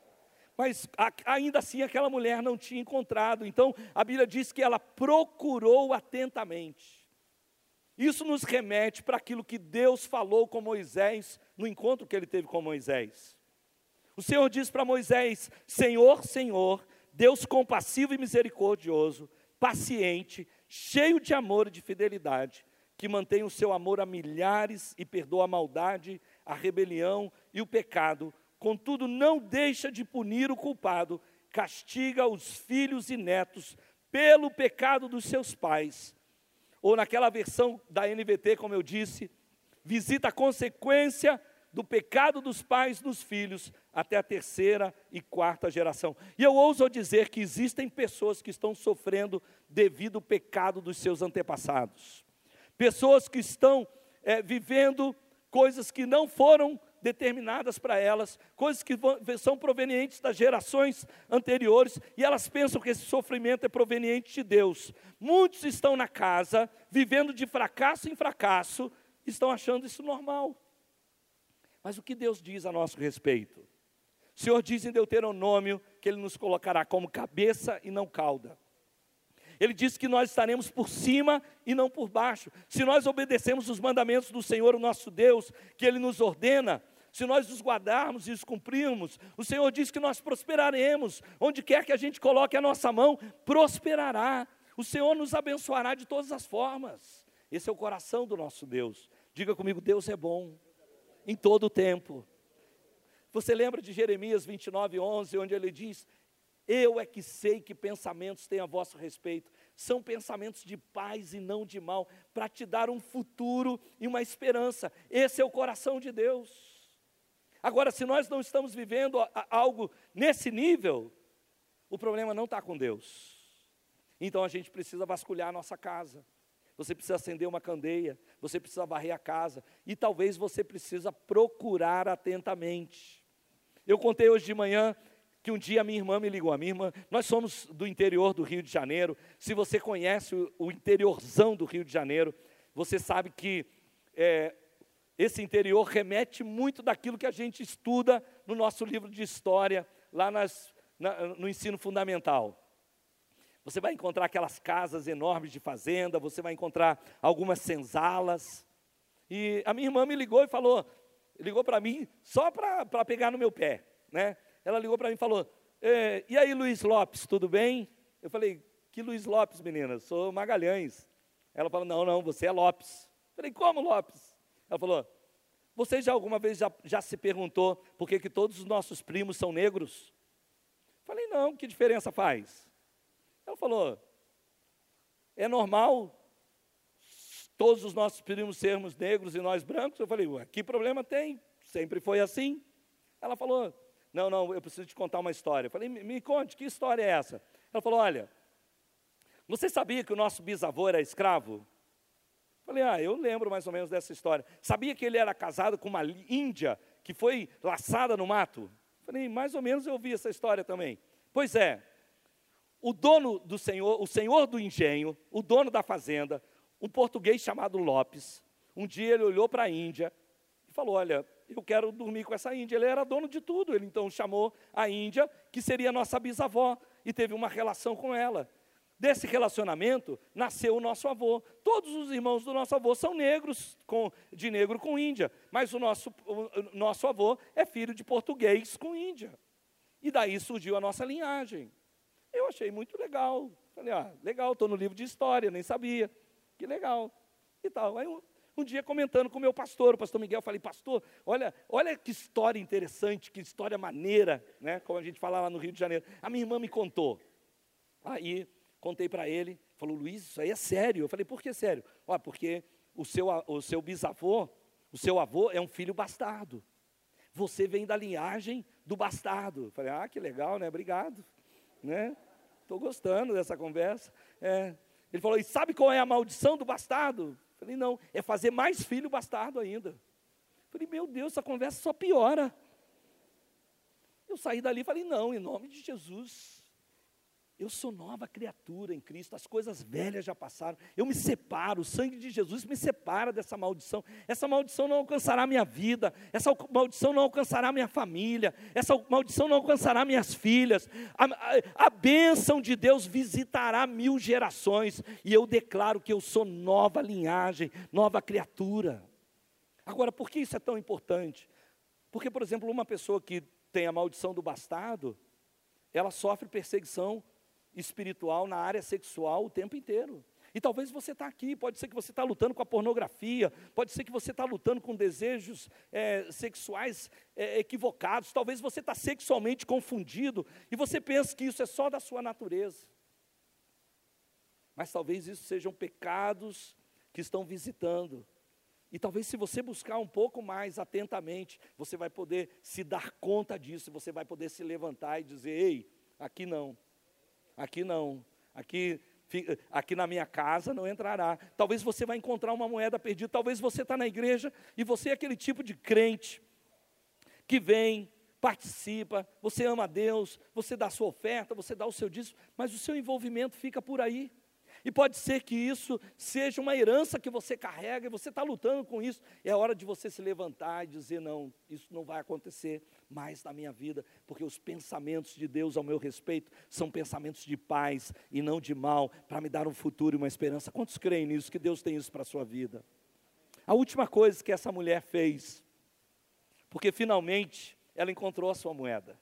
Mas a, ainda assim aquela mulher não tinha encontrado. Então a Bíblia diz que ela procurou atentamente. Isso nos remete para aquilo que Deus falou com Moisés, no encontro que ele teve com Moisés. O Senhor diz para Moisés: Senhor, Senhor, Deus compassivo e misericordioso, paciente, cheio de amor e de fidelidade, que mantém o seu amor a milhares e perdoa a maldade, a rebelião e o pecado, contudo não deixa de punir o culpado, castiga os filhos e netos pelo pecado dos seus pais. Ou naquela versão da N V T, como eu disse, visita a consequência do pecado dos pais nos filhos, até a terceira e quarta geração. E eu ouso dizer que existem pessoas que estão sofrendo devido ao pecado dos seus antepassados. Pessoas que estão é, vivendo coisas que não foram determinadas para elas, coisas que vão, são provenientes das gerações anteriores, e elas pensam que esse sofrimento é proveniente de Deus. Muitos estão na casa, vivendo de fracasso em fracasso, estão achando isso normal. Mas o que Deus diz a nosso respeito? O Senhor diz em Deuteronômio que Ele nos colocará como cabeça e não cauda. Ele diz que nós estaremos por cima e não por baixo. Se nós obedecemos os mandamentos do Senhor, o nosso Deus, que Ele nos ordena, se nós os guardarmos e os cumprirmos, o Senhor diz que nós prosperaremos. Onde quer que a gente coloque a nossa mão, prosperará. O Senhor nos abençoará de todas as formas. Esse é o coração do nosso Deus. Diga comigo, Deus é bom em todo o tempo. Você lembra de Jeremias vinte e nove, onze, onde ele diz: eu é que sei que pensamentos têm a vosso respeito, são pensamentos de paz e não de mal, para te dar um futuro e uma esperança. Esse é o coração de Deus. Agora, se nós não estamos vivendo algo nesse nível, o problema não está com Deus. Então a gente precisa vasculhar a nossa casa. Você precisa acender uma candeia, você precisa varrer a casa, e talvez você precisa procurar atentamente. Eu contei hoje de manhã que um dia a minha irmã me ligou, a minha irmã, nós somos do interior do Rio de Janeiro. Se você conhece o, o interiorzão do Rio de Janeiro, você sabe que é, esse interior remete muito daquilo que a gente estuda no nosso livro de história, lá nas, na, no ensino fundamental. Você vai encontrar aquelas casas enormes de fazenda, você vai encontrar algumas senzalas. E a minha irmã me ligou e falou, ligou para mim só para pegar no meu pé, né? Ela ligou para mim e falou, e, e aí Luiz Lopes, tudo bem? Eu falei, que Luiz Lopes, menina? Sou Magalhães. Ela falou, não, não, você é Lopes. Eu falei, como Lopes? Ela falou, você já alguma vez já, já se perguntou por que, que todos os nossos primos são negros? Eu falei, não, que diferença faz? Ela falou, é normal todos os nossos primos sermos negros e nós brancos? Eu falei, ué, que problema tem? Sempre foi assim. Ela falou, não, não, eu preciso te contar uma história. Eu falei, me, me conte, que história é essa? Ela falou, olha, você sabia que o nosso bisavô era escravo? Eu falei, ah, eu lembro mais ou menos dessa história. Sabia que ele era casado com uma índia que foi laçada no mato? Eu falei, mais ou menos eu ouvi essa história também. Pois é. O dono do senhor, o senhor do engenho, o dono da fazenda, um português chamado Lopes, um dia ele olhou para a Índia e falou, olha, eu quero dormir com essa índia. Ele era dono de tudo, ele então chamou a Índia, que seria nossa bisavó, e teve uma relação com ela. Desse relacionamento, nasceu o nosso avô. Todos os irmãos do nosso avô são negros, com, de negro com índia, mas o nosso, o nosso avô é filho de português com índia. E daí surgiu a nossa linhagem. Eu achei muito legal. Falei, ah, legal, estou no livro de história, nem sabia. Que legal. E tal. Aí, um dia comentando com o meu pastor, o pastor Miguel, eu falei, pastor, olha, olha que história interessante, que história maneira, né? Como a gente fala lá no Rio de Janeiro. A minha irmã me contou. Aí, contei para ele, falou, Luiz, isso aí é sério. Eu falei, por que sério? Ó, porque o seu, o seu bisavô, o seu avô é um filho bastardo. Você vem da linhagem do bastardo. Eu falei, ah, que legal, né? Obrigado. Né? Estou gostando dessa conversa. É. Ele falou, e sabe qual é a maldição do bastardo? Eu falei, não, é fazer mais filho bastardo ainda. Eu falei, meu Deus, essa conversa só piora. Eu saí dali e falei, não, em nome de Jesus, eu sou nova criatura em Cristo, as coisas velhas já passaram, eu me separo, o sangue de Jesus me separa dessa maldição, essa maldição não alcançará a minha vida, essa maldição não alcançará a minha família, essa maldição não alcançará minhas filhas, a, a, a bênção de Deus visitará mil gerações, e eu declaro que eu sou nova linhagem, nova criatura. Agora, por que isso é tão importante? Porque, por exemplo, uma pessoa que tem a maldição do bastardo, ela sofre perseguição espiritual na área sexual o tempo inteiro. E talvez você está aqui, pode ser que você está lutando com a pornografia, pode ser que você está lutando com desejos é, sexuais é, equivocados, talvez você está sexualmente confundido, e você pensa que isso é só da sua natureza. Mas talvez isso sejam pecados que estão visitando. E talvez se você buscar um pouco mais atentamente, você vai poder se dar conta disso, você vai poder se levantar e dizer, ei, aqui não. Aqui não, aqui, aqui na minha casa não entrará. Talvez você vai encontrar uma moeda perdida, talvez você está na igreja e você é aquele tipo de crente que vem, participa, você ama a Deus, você dá a sua oferta, você dá o seu dízimo, mas o seu envolvimento fica por aí. E pode ser que isso seja uma herança que você carrega e você está lutando com isso. É hora de você se levantar e dizer, não, isso não vai acontecer mais na minha vida, porque os pensamentos de Deus ao meu respeito são pensamentos de paz e não de mal, para me dar um futuro e uma esperança. Quantos creem nisso, que Deus tem isso para a sua vida? A última coisa que essa mulher fez, porque finalmente ela encontrou a sua moeda.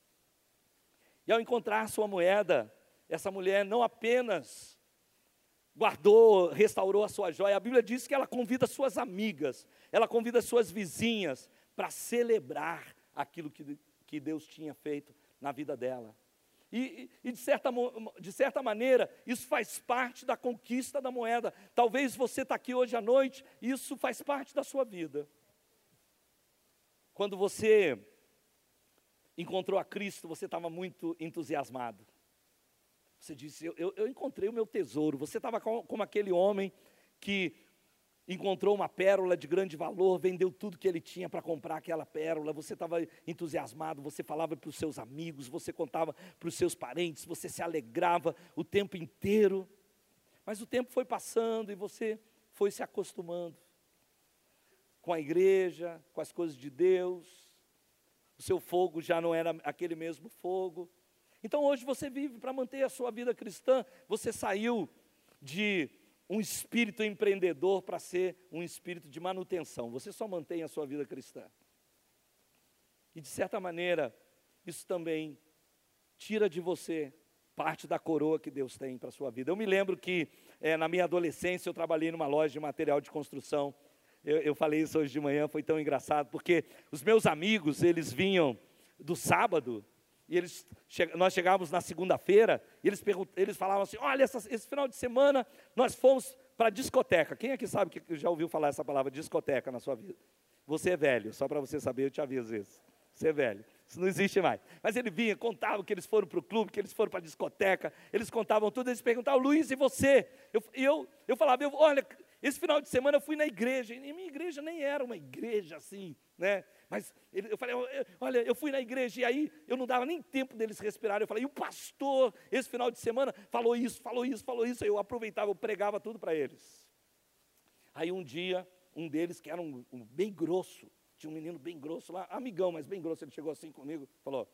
E ao encontrar a sua moeda, essa mulher não apenas guardou, restaurou a sua joia, a Bíblia diz que ela convida suas amigas, ela convida suas vizinhas para celebrar aquilo que, que Deus tinha feito na vida dela. E, e de, certa, de certa maneira, isso faz parte da conquista da moeda. Talvez você está aqui hoje à noite, e isso faz parte da sua vida. Quando você encontrou a Cristo, você estava muito entusiasmado. Você disse, eu, eu, eu encontrei o meu tesouro. Você estava como, como aquele homem que encontrou uma pérola de grande valor, vendeu tudo que ele tinha para comprar aquela pérola. Você estava entusiasmado, você falava para os seus amigos, você contava para os seus parentes, você se alegrava o tempo inteiro. Mas o tempo foi passando e você foi se acostumando com a igreja, com as coisas de Deus. O seu fogo já não era aquele mesmo fogo. Então hoje você vive para manter a sua vida cristã. Você saiu de um espírito empreendedor para ser um espírito de manutenção. Você só mantém a sua vida cristã. E de certa maneira, isso também tira de você parte da coroa que Deus tem para a sua vida. Eu me lembro que é, na minha adolescência eu trabalhei numa loja de material de construção. Eu, eu falei isso hoje de manhã, foi tão engraçado, porque os meus amigos, eles vinham do sábado, e eles, nós chegávamos na segunda-feira, e eles, eles falavam assim, olha, essa, esse final de semana nós fomos para a discoteca. Quem aqui sabe que já ouviu falar essa palavra, discoteca, na sua vida? Você é velho, só para você saber, eu te aviso isso. Você é velho, isso não existe mais. Mas ele vinha, contava que eles foram para o clube, que eles foram para a discoteca, eles contavam tudo, eles perguntavam, Luiz, e você? Eu, eu, eu falava, eu, olha, esse final de semana eu fui na igreja, e minha igreja nem era uma igreja assim, né? Mas ele, eu falei, olha, eu fui na igreja, e aí eu não dava nem tempo deles respirarem. Eu falei, e o pastor, esse final de semana, falou isso, falou isso, falou isso. Aí eu aproveitava, eu pregava tudo para eles. Aí um dia, um deles, que era um, um bem grosso, tinha um menino bem grosso lá, amigão, mas bem grosso, ele chegou assim comigo, falou,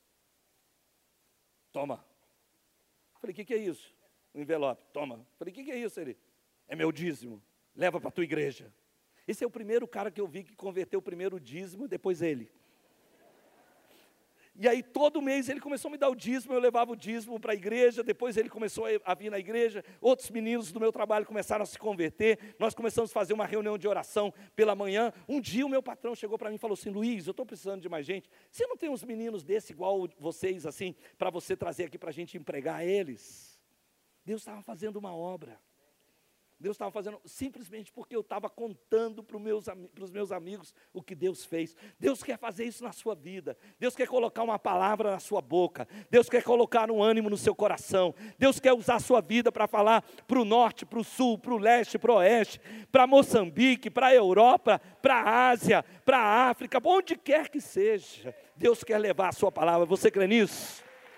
toma. Eu falei, o que, que é isso? Um envelope, toma. Eu falei, o que, que é isso? Ele, é meu dízimo, leva para a tua igreja. Esse é o primeiro cara que eu vi que converteu o primeiro dízimo, depois ele. E aí todo mês ele começou a me dar o dízimo, eu levava o dízimo para a igreja, depois ele começou a vir na igreja, outros meninos do meu trabalho começaram a se converter, nós começamos a fazer uma reunião de oração pela manhã. Um dia o meu patrão chegou para mim e falou assim: Luiz, eu estou precisando de mais gente, você não tem uns meninos desse igual vocês assim, para você trazer aqui para a gente empregar eles? Deus estava fazendo uma obra. Deus estava fazendo, simplesmente porque eu estava contando para os meus, para os meus amigos o que Deus fez. Deus quer fazer isso na sua vida. Deus quer colocar uma palavra na sua boca. Deus quer colocar um ânimo no seu coração. Deus quer usar a sua vida para falar para o norte, para o sul, para o leste, para o oeste, para Moçambique, para a Europa, para a Ásia, para a África, onde quer que seja. Deus quer levar a sua palavra. Você crê nisso?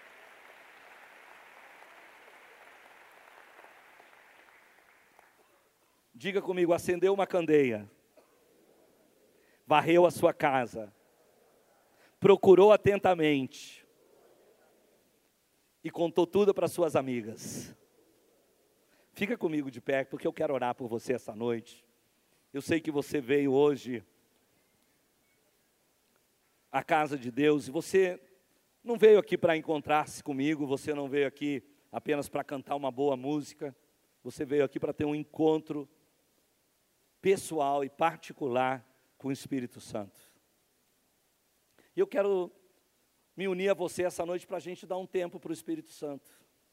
Diga comigo: acendeu uma candeia, varreu a sua casa, procurou atentamente e contou tudo para suas amigas. Fica comigo de pé, porque eu quero orar por você essa noite. Eu sei que você veio hoje à casa de Deus e você não veio aqui para encontrar-se comigo, você não veio aqui apenas para cantar uma boa música, você veio aqui para ter um encontro pessoal e particular com o Espírito Santo. E eu quero me unir a você essa noite para a gente dar um tempo para o Espírito Santo.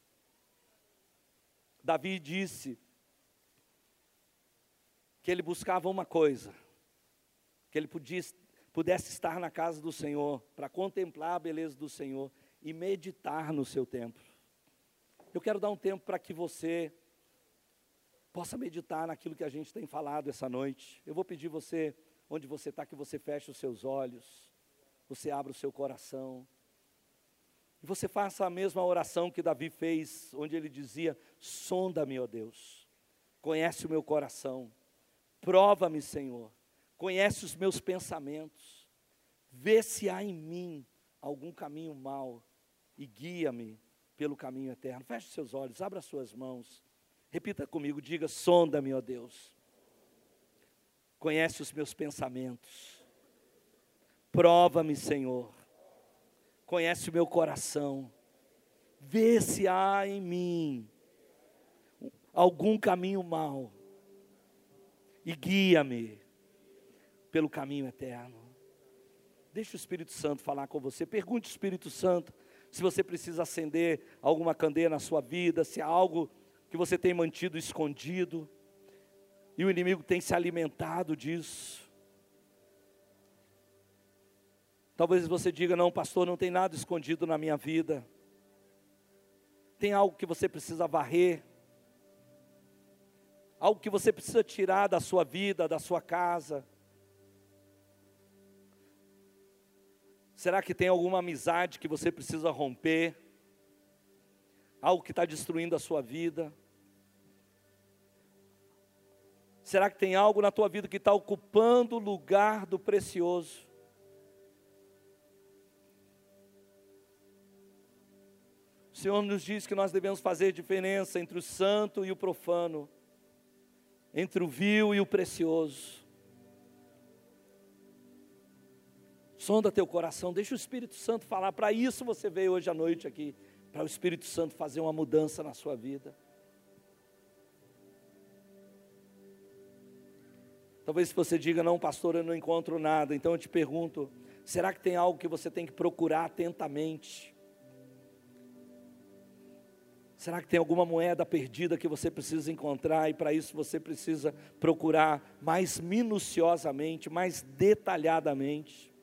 Davi disse que ele buscava uma coisa, que ele podia, pudesse estar na casa do Senhor, para contemplar a beleza do Senhor e meditar no seu templo. Eu quero dar um tempo para que você possa meditar naquilo que a gente tem falado essa noite. Eu vou pedir você, onde você está, que você feche os seus olhos, você abra o seu coração, e você faça a mesma oração que Davi fez, onde ele dizia: sonda-me, ó Deus, conhece o meu coração, prova-me, Senhor, conhece os meus pensamentos, vê se há em mim algum caminho mau, e guia-me pelo caminho eterno. Feche os seus olhos, abra as suas mãos. Repita comigo, diga: sonda-me, ó Deus, conhece os meus pensamentos, prova-me, Senhor, conhece o meu coração, vê se há em mim algum caminho mau e guia-me pelo caminho eterno. Deixa o Espírito Santo falar com você. Pergunte ao Espírito Santo se você precisa acender alguma candeia na sua vida, se há algo que você tem mantido escondido, e o inimigo tem se alimentado disso. Talvez você diga: não, pastor, não tem nada escondido na minha vida. Tem algo que você precisa varrer, algo que você precisa tirar da sua vida, da sua casa. Será que tem alguma amizade que você precisa romper? Algo que está destruindo a sua vida? Será que tem algo na tua vida que está ocupando o lugar do precioso? O Senhor nos diz que nós devemos fazer diferença entre o santo e o profano, entre o vil e o precioso. Sonda teu coração, deixa o Espírito Santo falar. Para isso você veio hoje à noite aqui, para o Espírito Santo fazer uma mudança na sua vida. Talvez você diga: não, pastor, eu não encontro nada. Então eu te pergunto, será que tem algo que você tem que procurar atentamente? Será que tem alguma moeda perdida que você precisa encontrar, e para isso você precisa procurar mais minuciosamente, mais detalhadamente?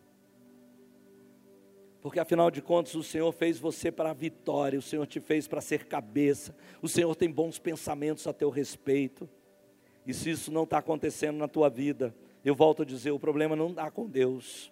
Porque afinal de contas o Senhor fez você para a vitória, o Senhor te fez para ser cabeça, o Senhor tem bons pensamentos a teu respeito. E se isso não está acontecendo na tua vida, eu volto a dizer, o problema não está com Deus.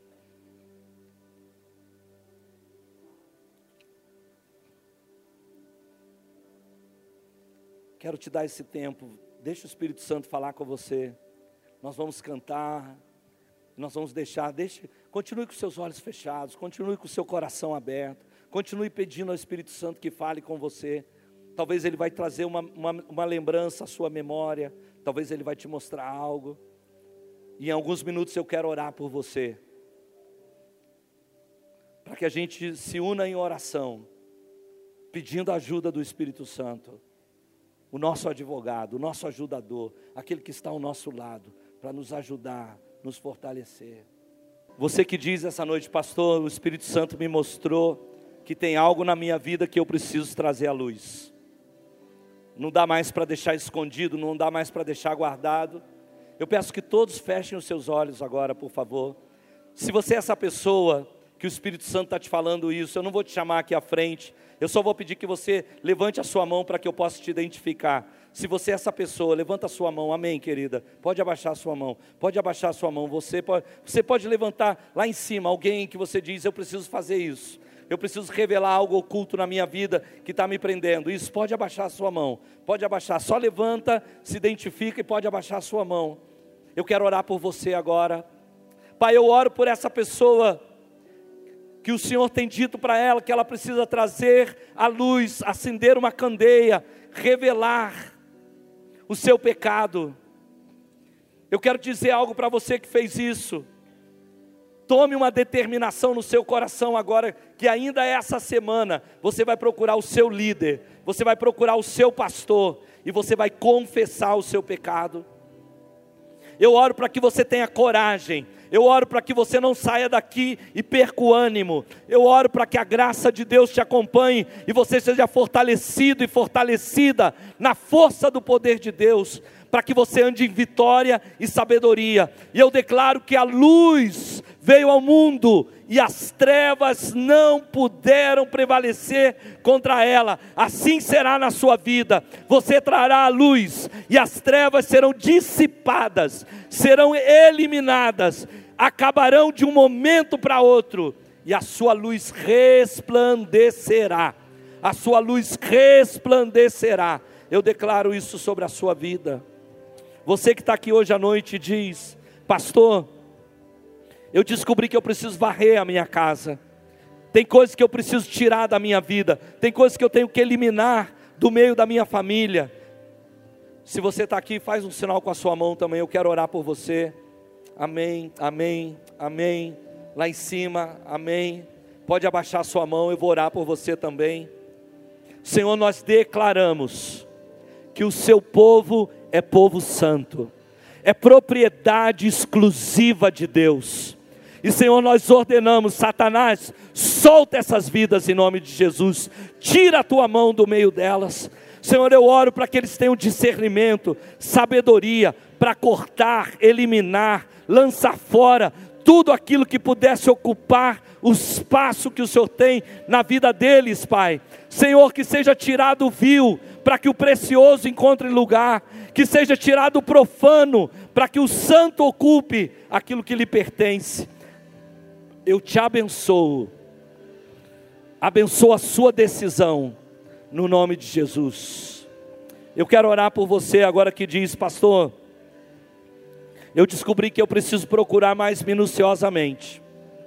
Quero te dar esse tempo, deixa o Espírito Santo falar com você. Nós vamos cantar, nós vamos deixar, deixe, continue com seus olhos fechados, continue com o seu coração aberto, continue pedindo ao Espírito Santo que fale com você. Talvez Ele vai trazer uma, uma, uma lembrança à sua memória, talvez Ele vai te mostrar algo. E em alguns minutos eu quero orar por você, para para que a gente se una em oração, pedindo a ajuda do Espírito Santo, o nosso advogado, o nosso ajudador, aquele que está ao nosso lado, para nos ajudar, nos fortalecer. Você que diz essa noite: pastor, o Espírito Santo me mostrou que tem algo na minha vida que eu preciso trazer à luz. Não dá mais para deixar escondido, não dá mais para deixar guardado. Eu peço que todos fechem os seus olhos agora, por favor. Se você é essa pessoa que o Espírito Santo está te falando isso, eu não vou te chamar aqui à frente, eu só vou pedir que você levante a sua mão para que eu possa te identificar. Se você é essa pessoa, levanta a sua mão, amém, querida, pode abaixar a sua mão, pode abaixar a sua mão, você pode, você pode levantar lá em cima, alguém que você diz: eu preciso fazer isso, eu preciso revelar algo oculto na minha vida que está me prendendo. Isso, pode abaixar a sua mão, pode abaixar, só levanta, se identifica e pode abaixar a sua mão. Eu quero orar por você agora. Pai, eu oro por essa pessoa que o Senhor tem dito para ela que ela precisa trazer a luz, acender uma candeia, revelar o seu pecado. Eu quero dizer algo para você que fez isso. Tome uma determinação no seu coração agora, que ainda essa semana você vai procurar o seu líder, você vai procurar o seu pastor e você vai confessar o seu pecado. Eu oro para que você tenha coragem, eu oro para que você não saia daqui e perca o ânimo, eu oro para que a graça de Deus te acompanhe e você seja fortalecido e fortalecida na força do poder de Deus, para que você ande em vitória e sabedoria. E eu declaro que a luz veio ao mundo e as trevas não puderam prevalecer contra ela. Assim será na sua vida. Você trará a luz e as trevas serão dissipadas, serão eliminadas, acabarão de um momento para outro e a sua luz resplandecerá. A sua luz resplandecerá. Eu declaro isso sobre a sua vida. Você que está aqui hoje à noite diz: pastor, eu descobri que eu preciso varrer a minha casa. Tem coisas que eu preciso tirar da minha vida. Tem coisas que eu tenho que eliminar do meio da minha família. Se você está aqui, faz um sinal com a sua mão também. Eu quero orar por você. Amém, amém, amém. Lá em cima, amém. Pode abaixar a sua mão, eu vou orar por você também. Senhor, nós declaramos que o seu povo é povo santo, é propriedade exclusiva de Deus. E Senhor, nós ordenamos: Satanás, solta essas vidas em nome de Jesus, tira a tua mão do meio delas. Senhor, eu oro para que eles tenham discernimento, sabedoria, para cortar, eliminar, lançar fora tudo aquilo que pudesse ocupar o espaço que o Senhor tem na vida deles, Pai. Senhor, que seja tirado o vil, para que o precioso encontre lugar, que seja tirado o profano, para que o santo ocupe aquilo que lhe pertence. Eu te abençoo, abençoo a sua decisão, no nome de Jesus. Eu quero orar por você agora que diz: pastor, eu descobri que eu preciso procurar mais minuciosamente.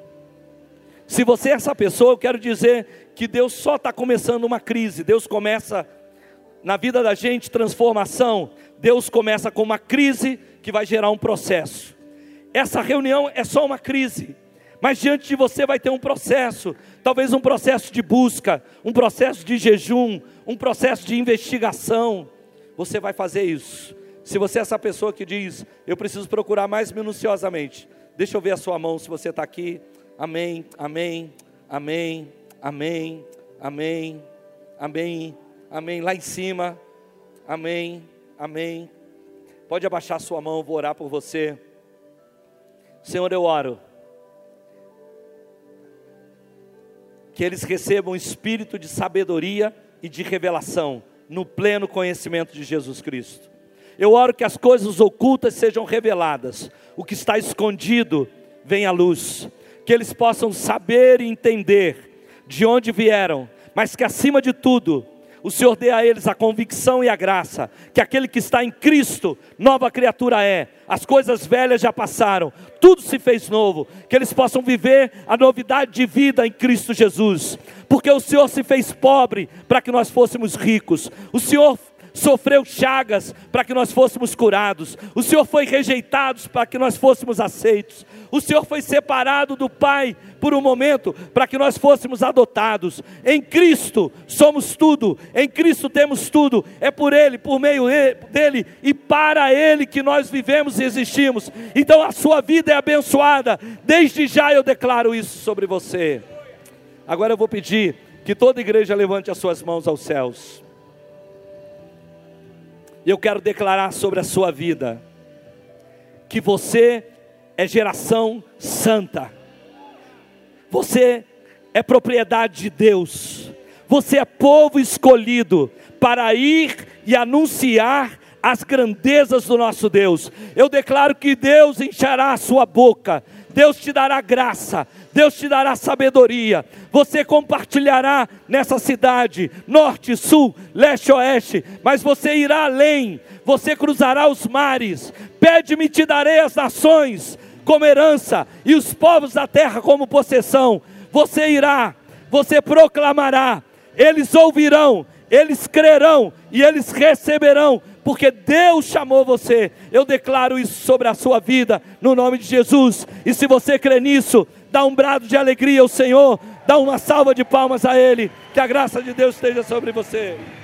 Se você é essa pessoa, eu quero dizer que Deus só está começando uma crise. Deus começa na vida da gente transformação. Deus começa com uma crise que vai gerar um processo. Essa reunião é só uma crise, mas diante de você vai ter um processo. Talvez um processo de busca, um processo de jejum, um processo de investigação. Você vai fazer isso. Se você é essa pessoa que diz: eu preciso procurar mais minuciosamente, deixa eu ver a sua mão se você está aqui. Amém, amém, amém, amém, amém, amém, amém, lá em cima, amém, amém. Pode abaixar a sua mão, eu vou orar por você. Senhor, eu oro que eles recebam espírito de sabedoria e de revelação, no pleno conhecimento de Jesus Cristo. Eu oro que as coisas ocultas sejam reveladas, o que está escondido venha à luz, que eles possam saber e entender de onde vieram, mas que acima de tudo, o Senhor dê a eles a convicção e a graça, que aquele que está em Cristo, nova criatura é, as coisas velhas já passaram, tudo se fez novo, que eles possam viver a novidade de vida em Cristo Jesus, porque o Senhor se fez pobre para que nós fôssemos ricos, o Senhor sofreu chagas para que nós fôssemos curados. O Senhor foi rejeitado para que nós fôssemos aceitos. O Senhor foi separado do Pai por um momento para que nós fôssemos adotados. Em Cristo somos tudo, em Cristo temos tudo. É por Ele, por meio dEle e para Ele que nós vivemos e existimos. Então a sua vida é abençoada. Desde já eu declaro isso sobre você. Agora eu vou pedir que toda igreja levante as suas mãos aos céus. E eu quero declarar sobre a sua vida que você é geração santa. Você é propriedade de Deus. Você é povo escolhido para ir e anunciar as grandezas do nosso Deus. Eu declaro que Deus enchará a sua boca. Deus te dará graça, Deus te dará sabedoria. Você compartilhará nessa cidade, norte, sul, leste, oeste. Mas você irá além, você cruzará os mares. Pede-me e te darei as nações como herança, e os povos da terra como possessão. Você irá, você proclamará, eles ouvirão, eles crerão e eles receberão, porque Deus chamou você. Eu declaro isso sobre a sua vida, no nome de Jesus. E se você crê nisso, dá um brado de alegria ao Senhor, dá uma salva de palmas a Ele. Que a graça de Deus esteja sobre você.